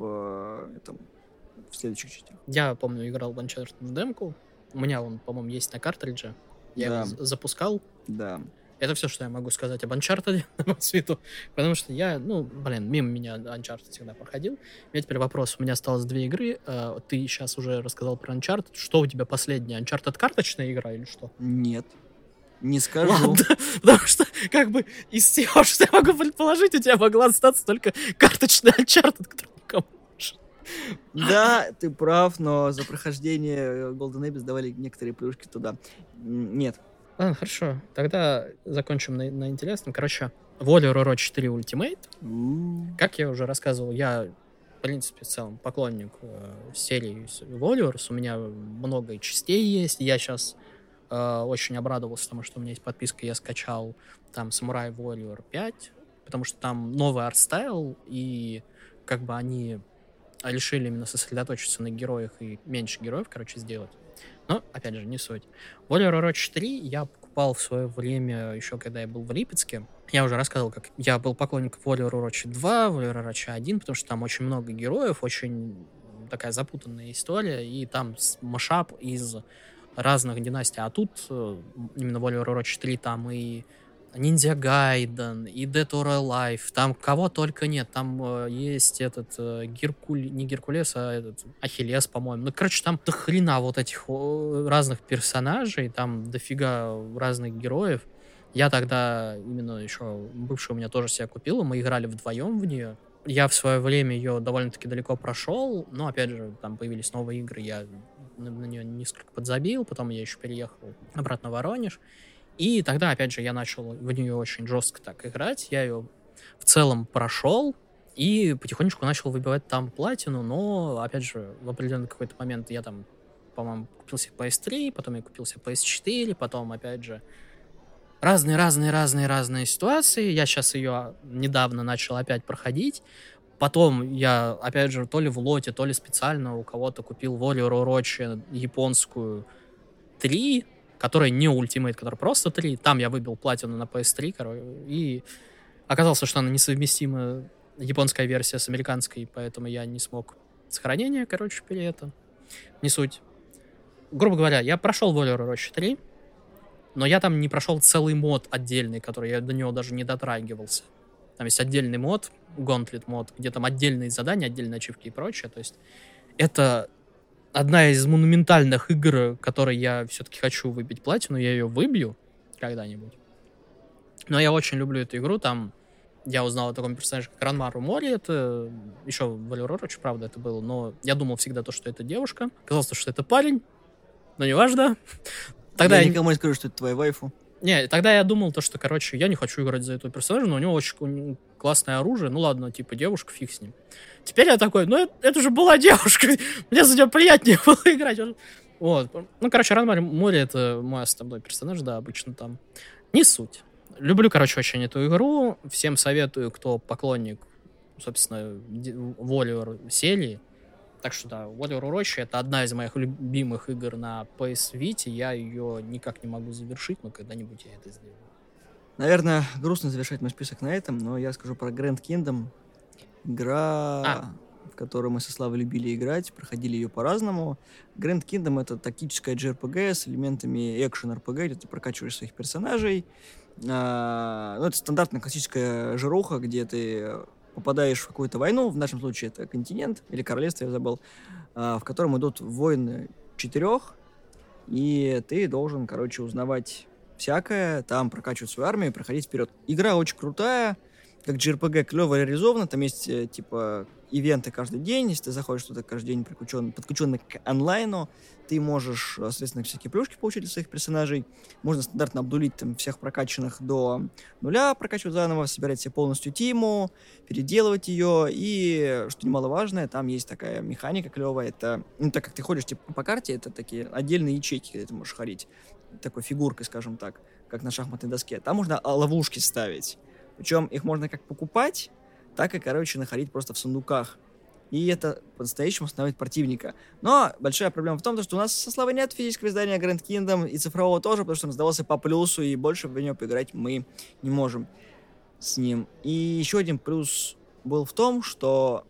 в следующих частях. Я помню, играл в Uncharted в демку. У меня он, по-моему, есть на картридже. Я его запускал. Да. Это все, что я могу сказать об Uncharted по свету. Потому что я, мимо меня Uncharted всегда проходил. У меня теперь вопрос. У меня осталось 2 игры. Ты сейчас уже рассказал про Uncharted. Что у тебя последняя? Uncharted карточная игра или что? Нет. Не скажу. Ладно, потому что, как бы, из всего, что я могу предположить, у тебя могла остаться только карточная Uncharted, которая никому не нужна. Да, ты прав, но за прохождение Golden Abyss давали некоторые плюшки туда. Нет. Ладно, хорошо. Тогда закончим на интересном. Короче, Warrior Road 4 Ultimate. Как я уже рассказывал, я, в принципе, в целом поклонник серии Warriors. У меня много частей есть. Я сейчас очень обрадовался тому, что у меня есть подписка. Я скачал там Samurai Warrior 5, потому что там новый арт-стайл, и как бы они решили именно сосредоточиться на героях и меньше героев, короче, сделать. Но, опять же, не суть. Warrior Road 4 я покупал в свое время, еще когда я был в Липецке. Я уже рассказывал, как я был поклонником Warrior Road 2, Warrior Road 1, потому что там очень много героев, очень такая запутанная история, и там машап из разных династий. А тут именно Warrior Road 4 там и Ninja Gaiden, и Dead or Alive, там кого только нет, там есть этот не Геркулес, а этот Ахиллес, по-моему. Ну, короче, там до хрена вот этих разных персонажей, там дофига разных героев. Я тогда именно еще, бывшая у меня тоже себя купила, мы играли вдвоем в нее. Я в свое время ее довольно-таки далеко прошел, но, опять же, там появились новые игры, я на нее несколько подзабил, потом я еще переехал обратно в Воронеж. И тогда, опять же, я начал в нее очень жестко так играть. Я ее в целом прошел. И потихонечку начал выбивать там платину, но, опять же, в определенный какой-то момент я там, по-моему, купил себе PS3, потом я купил себе PS4, потом, опять же, разные ситуации. Я сейчас ее недавно начал опять проходить. Потом я, опять же, то ли в лоте, то ли специально у кого-то купил Warrior Orochi японскую 3, которая не Ultimate, которая просто 3. Там я выбил платину на PS3, и оказалось, что она несовместима, японская версия, с американской, поэтому я не смог сохранение, при этом. Не суть. Грубо говоря, я прошел Warrior Orochi 3, но я там не прошел целый мод отдельный, который я до него даже не дотрагивался. Там есть отдельный мод, Gauntlet мод, где там отдельные задания, отдельные ачивки и прочее. То есть это одна из монументальных игр, которой я все-таки хочу выбить платину. Я ее выбью когда-нибудь. Но я очень люблю эту игру. Там я узнал о таком персонаже, как Ранмару Мори. Это еще в Warrior Orochi, правда, это было. Но я думал всегда, что это девушка. Оказалось, что это парень. Но неважно. Тогда я никому не скажу, что это твоя вайфу. Не, тогда я думал, что, я не хочу играть за этого персонажа, но у него очень классное оружие. Ну ладно, типа девушка, фиг с ним. Теперь я такой, это же была девушка, мне за нее приятнее было играть. Вот. Ну, Ранмар Мори — это мой основной персонаж, да, обычно там. Не суть. Люблю, очень эту игру. Всем советую, кто поклонник, собственно, Warrior серии. Так что да, Warrior Orochi — это одна из моих любимых игр на PS Vita. Я ее никак не могу завершить, но когда-нибудь я это сделаю. Наверное, грустно завершать мой список на этом, но я скажу про Grand Kingdom. Игра, в которую мы со Славой любили играть, проходили ее по-разному. Grand Kingdom — это тактическая JRPG с элементами экшен-RPG, где ты прокачиваешь своих персонажей. Это стандартная классическая жируха, где ты попадаешь в какую-то войну, в нашем случае это континент или королевство, я забыл, в котором идут войны 4, и ты должен, узнавать всякое, там прокачивать свою армию и проходить вперед. Игра очень крутая, как JRPG клево реализована, там есть, ивенты каждый день, если ты заходишь туда каждый день подключенный к онлайну, ты можешь, соответственно, всякие плюшки получить для своих персонажей, можно стандартно обдулить там всех прокачанных до нуля, прокачивать заново, собирать себе полностью тиму, переделывать ее, и, что немаловажное, там есть такая механика клевая, это, так как ты ходишь по карте, это такие отдельные ячейки, где ты можешь ходить, такой фигуркой, скажем так, как на шахматной доске, там можно ловушки ставить, причем их можно как покупать, так и, находить просто в сундуках. И это по-настоящему становится противника. Но большая проблема в том, что у нас со Славой нет физического издания Grand Kingdom и цифрового тоже, потому что он сдавался по плюсу, и больше в него поиграть мы не можем с ним. И еще один плюс был в том, что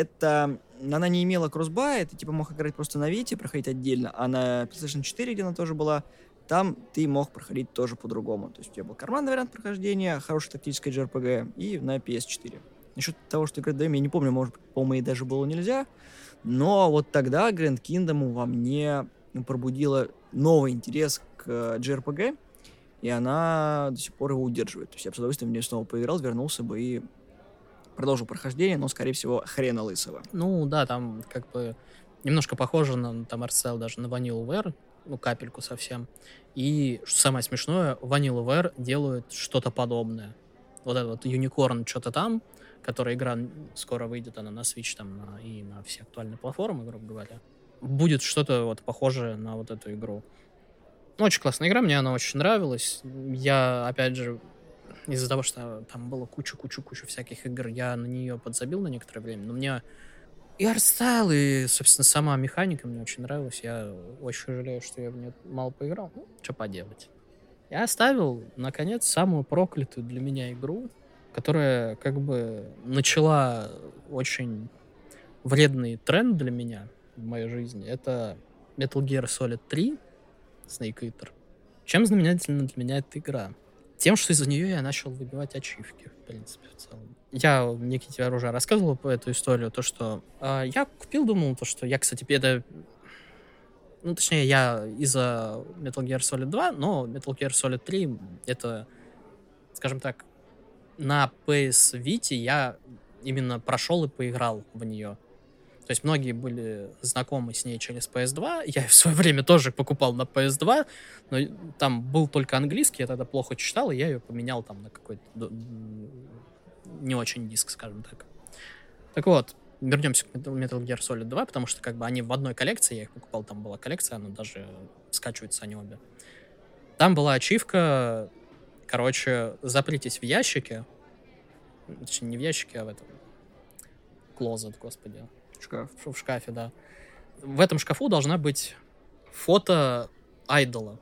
она не имела кроссбая, ты мог играть просто на Вите, проходить отдельно, а на PlayStation 4, где она тоже была, там ты мог проходить тоже по-другому. То есть у тебя был карманный вариант прохождения, хорошая тактическая JRPG, и на PS4. Насчет того, что играть вдвоем, я не помню, может, по-моему, и даже было нельзя, но вот тогда Grand Kingdom во мне пробудила новый интерес к JRPG, и она до сих пор его удерживает. То есть я с удовольствием в нее снова поиграл, вернулся бы и продолжил прохождение, но, скорее всего, хрена лысого. Ну да, там немножко похоже на там Arcel, даже на Vanillaware, капельку совсем. И, что самое смешное, Vanillaware делают что-то подобное. Вот этот Unicorn что-то там, которая игра скоро выйдет, она на Switch там и на все актуальные платформы, грубо говоря. Будет что-то похожее на вот эту игру. Очень классная игра, мне она очень нравилась. Я, опять же, из-за того, что там было кучу всяких игр, я на нее подзабил на некоторое время, но мне и арт-стайл, и, собственно, сама механика мне очень нравилась. Я очень жалею, что я в нее мало поиграл. Что поделать. Я оставил, наконец, самую проклятую для меня игру, которая начала очень вредный тренд для меня в моей жизни. Это Metal Gear Solid 3 Snake Eater. Чем знаменательна для меня эта игра? Тем, что из-за нее я начал выбивать ачивки, в принципе, в целом. Я Никите уже рассказывал по эту историю, то, что я купил, думал, что я, кстати, я из-за Metal Gear Solid 2, но Metal Gear Solid 3 это, скажем так, на PS Vita я именно прошел и поиграл в нее. То есть многие были знакомы с ней через PS2. Я в свое время тоже покупал на PS2, но там был только английский, я тогда плохо читал, и я ее поменял там на какой-то не очень диск, скажем так. Так вот, вернемся к Metal Gear Solid 2, потому что как бы они в одной коллекции, я их покупал, там была коллекция, она даже скачивается, они обе. Там была ачивка, короче, запритесь в ящике, точнее, не в ящике, а в этом, клозет, господи, Шкаф. в шкафе, да. В этом шкафу должна быть фото айдола,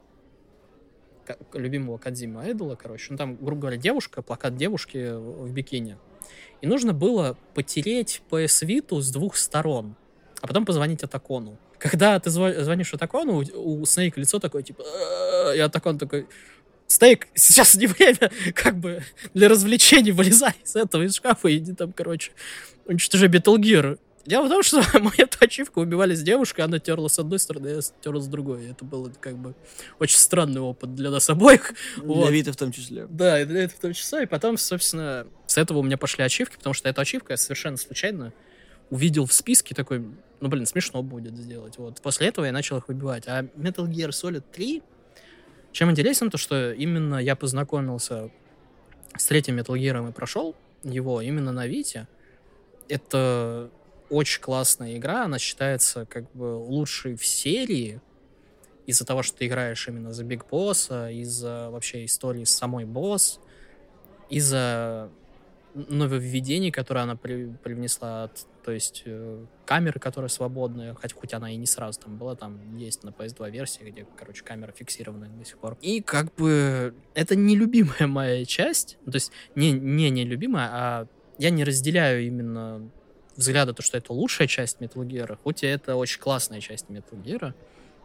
любимого Кодзимы айдола, короче. Ну, там, грубо говоря, девушка, плакат девушки в бикини. И нужно было потереть PS Vita с 2 сторон, а потом позвонить Атакону. Когда ты звонишь Атакону, у Снейка лицо такое, типа... И Атакон такой... Снейк, сейчас не время, как бы, для развлечений вылезай из этого, из шкафа, и иди там, короче, уничтожи Metal Gear. Дело в том, что мы эту ачивку убивали с девушкой, она терла с одной стороны, я терла с другой. Это был, как бы, очень странный опыт для нас обоих. Для Виты в том числе. Да, и для этого в том числе. И потом, собственно, с этого у меня пошли ачивки, потому что эту ачивку я совершенно случайно увидел в списке, такой, ну, блин, смешно будет сделать. Вот. После этого я начал их выбивать. А Metal Gear Solid 3, чем интересен, то что именно я познакомился с третьим Metal Gear и прошел его именно на Вите. Это очень классная игра, она считается как бы лучшей в серии из-за того, что ты играешь именно за Биг Босса, из-за вообще истории с самой босс, из-за нововведений, которые она привнесла, то есть камеры, которые свободные, хоть она и не сразу там была, там есть на PS2 версии, где, короче, камера фиксированная до сих пор. И как бы это нелюбимая моя часть, то есть не нелюбимая, а я не разделяю именно взгляда, то, что это лучшая часть Metal Gear, хоть и это очень классная часть Metal Gear.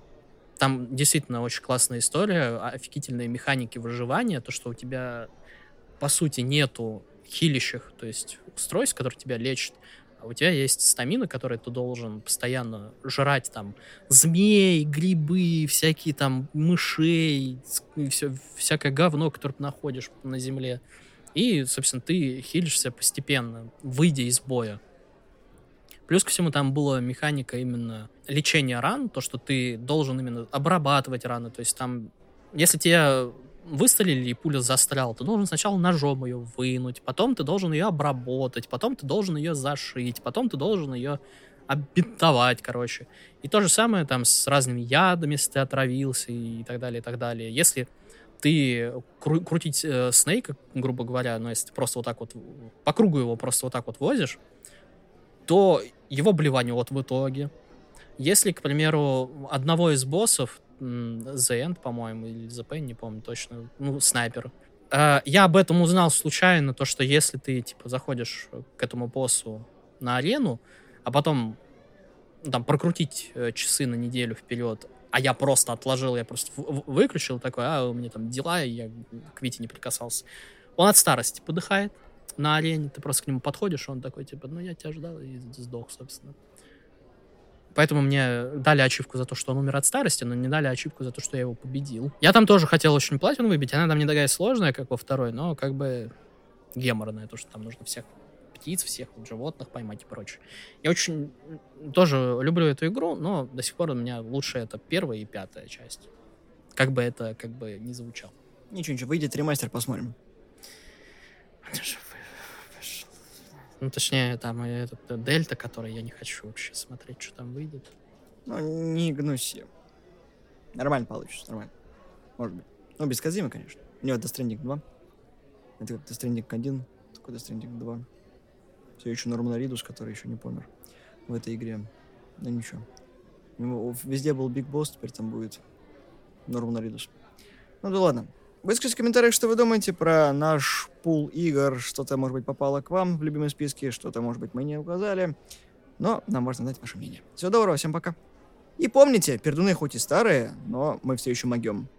Там действительно очень классная история, офигительные механики выживания, то, что у тебя, по сути, нету хилищих, то есть устройств, которые тебя лечат, а у тебя есть стамина, которой ты должен постоянно жрать там змей, грибы, всякие там мышей, всякое говно, которое ты находишь на земле. И, собственно, ты хилишься постепенно, выйдя из боя. Плюс ко всему там была механика именно лечения ран, то, что ты должен именно обрабатывать раны. То есть там, если тебя выстрелили и пуля застряла, ты должен сначала ножом ее вынуть, потом ты должен ее обработать, потом ты должен ее зашить, потом ты должен ее обинтовать, короче. И то же самое там с разными ядами, если ты отравился и так далее, и так далее. Если ты крутить Снейка, грубо говоря, ну, если ты просто вот так вот по кругу его просто вот так вот возишь, то его блеванет в итоге. Если, к примеру, одного из боссов, The End, по-моему, или The Pain, не помню точно, ну, снайпер, я об этом узнал случайно, то, что если ты, типа, заходишь к этому боссу на арену, а потом там прокрутить часы на неделю вперед, а я просто отложил, я просто выключил такой, у меня там дела, и я к Вите не прикасался. Он от старости подыхает на арене, ты просто к нему подходишь, он такой, типа, ну, я тебя ждал, и сдох, собственно. Поэтому мне дали ачивку за то, что он умер от старости, но не дали ачивку за то, что я его победил. Я там тоже хотел очень платину выбить, она там не такая сложная, как во второй, но как бы геморная, то, что там нужно всех птиц, всех животных поймать и прочее. Я очень тоже люблю эту игру, но до сих пор у меня лучше это первая и пятая часть. Как бы это как бы не звучало. Ничего, выйдет ремастер, посмотрим. Ну, точнее, там этот Дельта, который я не хочу вообще смотреть, что там выйдет. Ну, не гнусь. Нормально получится, нормально. Может быть. Ну, без Кодзимы, конечно. У него Death Stranding 2. Это Death Stranding 1, такой Death Stranding 2. Все еще Норман Ридус, который еще не помер в этой игре. Ну, ничего. У него везде был Биг Босс, теперь там будет Норман Ридус. Ну да ладно. Выскажите в комментариях, что вы думаете про наш пул игр. Что-то, может быть, попало к вам в любимые списки, что-то, может быть, мы не указали. Но нам важно знать ваше мнение. Всего доброго, всем пока. И помните, пердуны хоть и старые, но мы все еще могем.